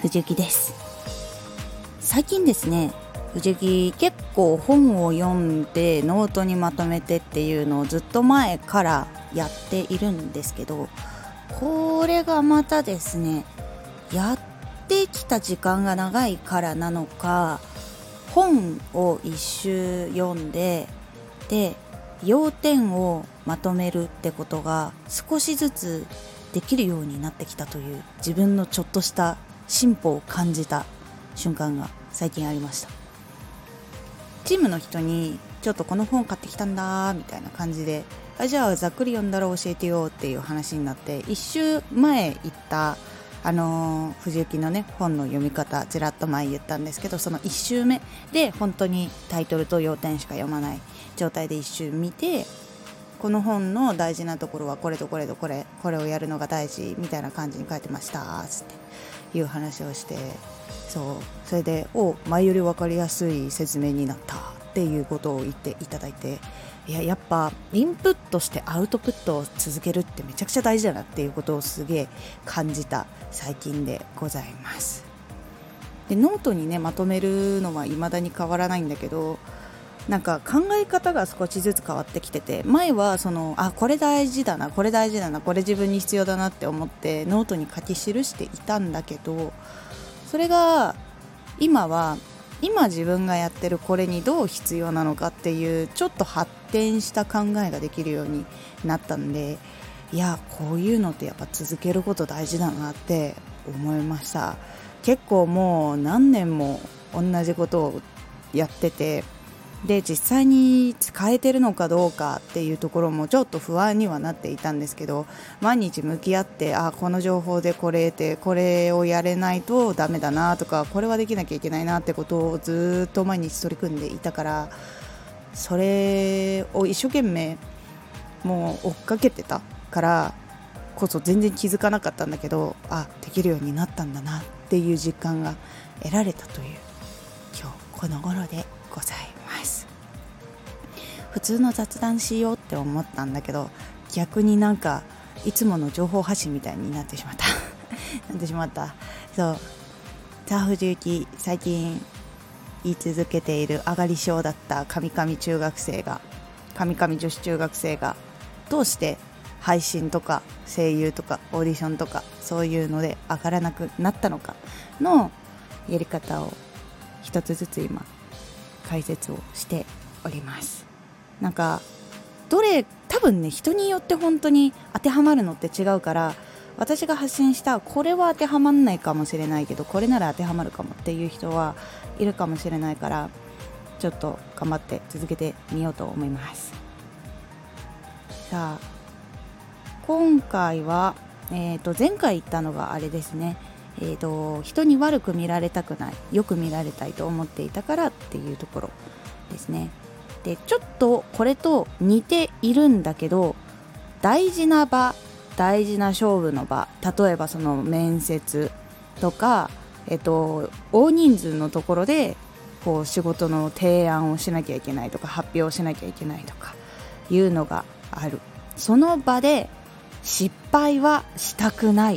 藤幸です。最近ですね、藤幸結構本を読んでノートにまとめてっていうのをずっと前からやっているんですけど、これがまたですね、やってきた時間が長いからなのか、本を一周読んで要点をまとめるってことが少しずつできるようになってきたという自分のちょっとした進歩を感じた瞬間が最近ありました。チームの人にちょっとこの本買ってきたんだみたいな感じで、じゃあざっくり読んだら教えてよっていう話になって、一週前言った藤幸のね本の読み方ちらっと前言ったんですけど、その一週目で本当にタイトルと要点しか読まない状態で一周見て、この本の大事なところはこれとこれとこれをやるのが大事みたいな感じに書いてましたっていう話をして、それで前より分かりやすい説明になったっていうことを言っていただいて、やっぱインプットしてアウトプットを続けるってめちゃくちゃ大事だなっていうことをすげえ感じた最近でございます。でノートにねまとめるのは未だに変わらないんだけど、なんか考え方が少しずつ変わってきてて、前はこれ大事だなこれ大事だなこれ自分に必要だなって思ってノートに書き記していたんだけど、それが今自分がやってるこれにどう必要なのかっていうちょっと発展した考えができるようになったんで、こういうのってやっぱ続けること大事だなって思いました。結構もう何年も同じことをやってて、で実際に使えてるのかどうかっていうところもちょっと不安にはなっていたんですけど、毎日向き合ってこの情報でこれをやれないとダメだなとか、これはできなきゃいけないなってことをずっと毎日取り組んでいたから、それを一生懸命もう追っかけてたからこそ全然気づかなかったんだけど、できるようになったんだなっていう実感が得られたという今日この頃でございます。普通の雑談しようって思ったんだけど、逆になんかいつもの情報発信みたいになってしまったさあ藤幸、最近言い続けている上がり症だった神々女子中学生がどうして配信とか声優とかオーディションとかそういうので上がらなくなったのかのやり方を一つずつ今解説をしております。なんか多分ね、人によって本当に当てはまるのって違うから、私が発信したこれは当てはまんないかもしれないけどこれなら当てはまるかもっていう人はいるかもしれないから、ちょっと頑張って続けてみようと思います。さあ今回は、前回言ったのがあれですね、人に悪く見られたくない、よく見られたいと思っていたからっていうところですね。でちょっとこれと似ているんだけど、大事な勝負の場、例えばその面接とか、大人数のところでこう仕事の提案をしなきゃいけないとか発表をしなきゃいけないとかいうのがある。その場で失敗はしたくない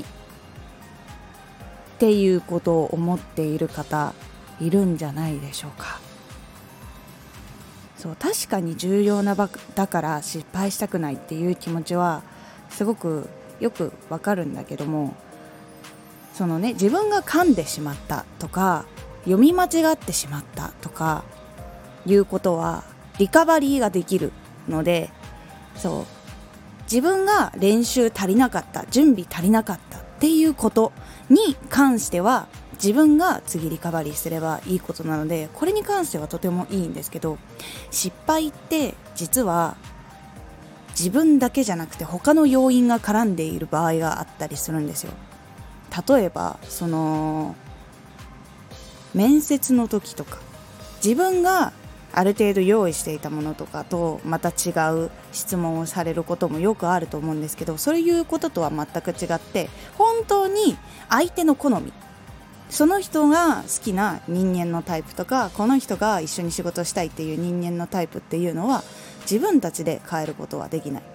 っていうことを思っている方いるんじゃないでしょうか。確かに重要な場だから失敗したくないっていう気持ちはすごくよくわかるんだけども、自分が噛んでしまったとか読み間違ってしまったとかいうことはリカバリーができるので、自分が練習足りなかった、準備足りなかったっていうことに関しては自分が次リカバリーすればいいことなので、これに関してはとてもいいんですけど、失敗って実は自分だけじゃなくて他の要因が絡んでいる場合があったりするんですよ。例えば面接の時とか、自分がある程度用意していたものとかとまた違う質問をされることもよくあると思うんですけど、そういうこととは全く違って、本当に相手の好み、その人が好きな人間のタイプとか、この人が一緒に仕事したいっていう人間のタイプっていうのは自分たちで変えることはできない。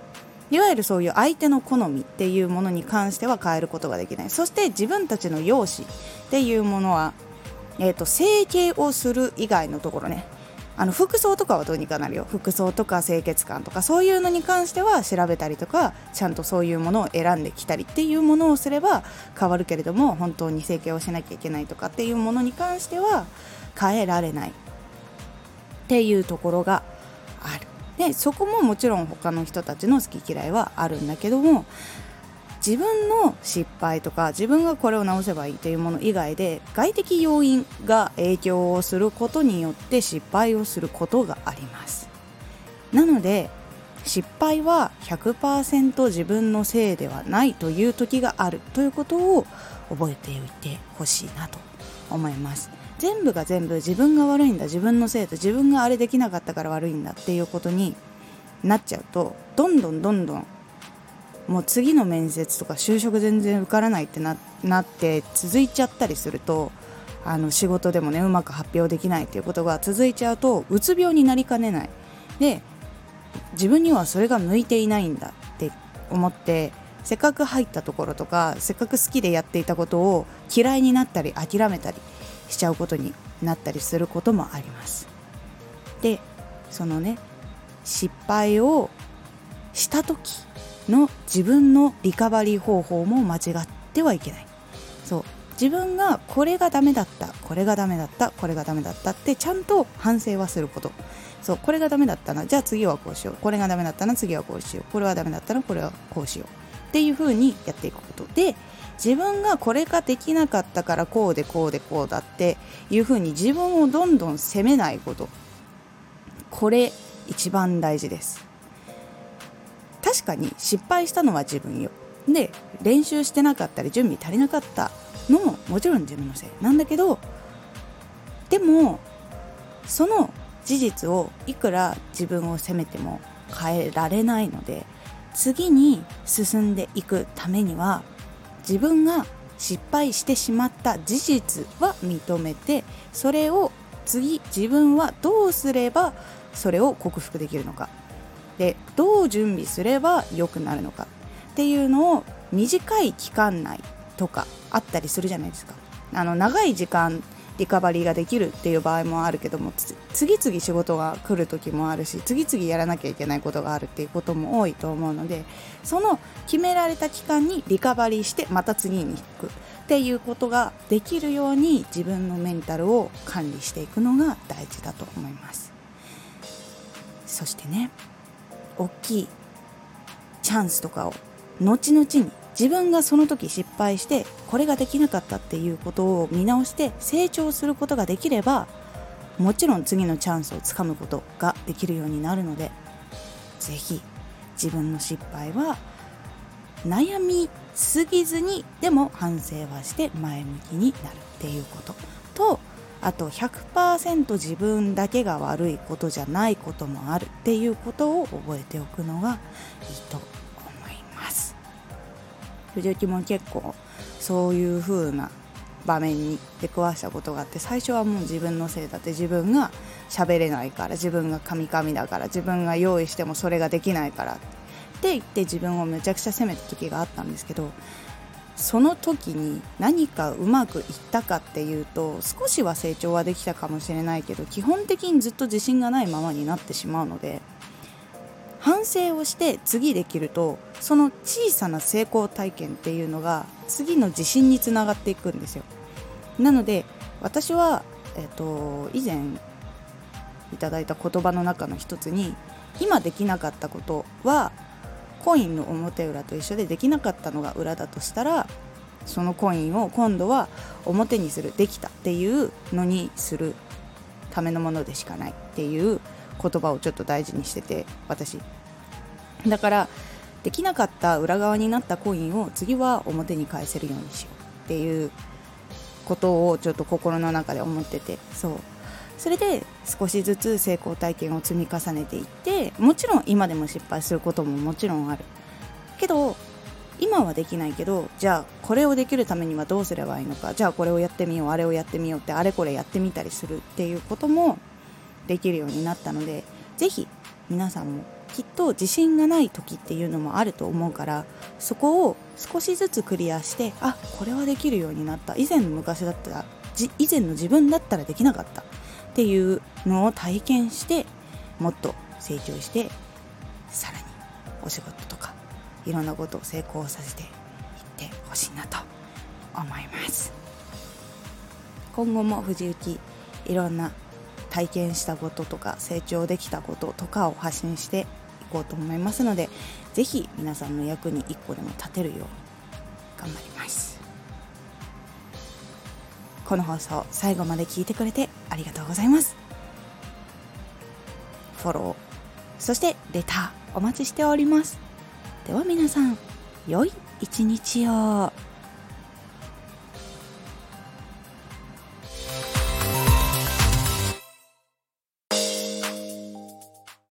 いわゆるそういう相手の好みっていうものに関しては変えることができない。そして自分たちの容姿っていうものは、整形をする以外のところね、服装とかはどうにかなるよ。服装とか清潔感とかそういうのに関しては調べたりとか、ちゃんとそういうものを選んできたりっていうものをすれば変わるけれども、本当に整形をしなきゃいけないとかっていうものに関しては変えられないっていうところがある。でそこももちろん他の人たちの好き嫌いはあるんだけども、自分の失敗とか自分がこれを直せばいいというもの以外で外的要因が影響をすることによって失敗をすることがあります。なので失敗は 100% 自分のせいではないという時があるということを覚えておいてほしいなと思います。全部が全部自分が悪いんだ、自分のせいだ、自分があれできなかったから悪いんだっていうことになっちゃうと、どんどんもう次の面接とか就職全然受からないってなって続いちゃったりすると、仕事でもねうまく発表できないっていうことが続いちゃうと、うつ病になりかねない。で自分にはそれが向いていないんだって思って、せっかく入ったところとかせっかく好きでやっていたことを嫌いになったり諦めたりしちゃうことになったりすることもあります。でそのね、失敗をした時の自分のリカバリー方法も間違ってはいけない。そう、自分がこれがダメだった、これがダメだった、これがダメだったってちゃんと反省はすること。そう、これがダメだったな、じゃあ次はこうしよう、これがダメだったな、次はこうしよう、これはダメだったな、これはこうしようっていう風にやっていくことで、自分がこれができなかったからこうでこうでこうだっていう風に自分をどんどん責めないこと、これ一番大事です。確かに失敗したのは自分よ。で練習してなかったり準備足りなかったのももちろん自分のせいなんだけど、でもその事実をいくら自分を責めても変えられないので、次に進んでいくためには自分が失敗してしまった事実は認めて、それを次自分はどうすればそれを克服できるのかで、どう準備すれば良くなるのかっていうのを短い期間内とかあったりするじゃないですか。長い時間リカバリーができるっていう場合もあるけども、次々仕事が来る時もあるし、次々やらなきゃいけないことがあるっていうことも多いと思うので、その決められた期間にリカバリーしてまた次に行くっていうことができるように自分のメンタルを管理していくのが大事だと思います。そしてね、大きいチャンスとかを後々に自分がその時失敗してこれができなかったっていうことを見直して成長することができれば、もちろん次のチャンスをつかむことができるようになるので、ぜひ自分の失敗は悩みすぎずにでも反省はして前向きになるっていうことと、あと 100% 自分だけが悪いことじゃないこともあるっていうことを覚えておくのがいいと思います。藤木も結構そういう風な場面に出くわしたことがあって、最初はもう自分のせいだって、自分が喋れないから、自分がカミカミだから、自分が用意してもそれができないからって言って自分をめちゃくちゃ責めた時があったんですけど、その時に何かうまくいったかっていうと、少しは成長はできたかもしれないけど、基本的にずっと自信がないままになってしまうので、反省をして次できると、その小さな成功体験っていうのが次の自信につながっていくんですよ。なので私は、以前いただいた言葉の中の一つに、今できなかったことはコインの表裏と一緒で、できなかったのが裏だとしたら、そのコインを今度は表にする、できたっていうのにするためのものでしかないっていう言葉をちょっと大事にしてて、私だからできなかった裏側になったコインを次は表に返せるようにしようっていうことをちょっと心の中で思ってて、それで少しずつ成功体験を積み重ねていって、もちろん今でも失敗することももちろんあるけど、今はできないけど、じゃあこれをできるためにはどうすればいいのか、じゃあこれをやってみよう、あれをやってみようって、あれこれやってみたりするっていうこともできるようになったので、ぜひ皆さんもきっと自信がない時っていうのもあると思うから、そこを少しずつクリアして、あ、これはできるようになった、以前の自分だったらできなかったっていうのを体験して、もっと成長して、さらにお仕事とかいろんなことを成功させていってほしいなと思います。今後も藤幸いろんな体験したこととか成長できたこととかを発信していこうと思いますので、ぜひ皆さんの役に一個でも立てるように頑張ります。この放送最後まで聞いてくれてありがとうございます。フォロー、そしてレターお待ちしております。では皆さん、良い一日を。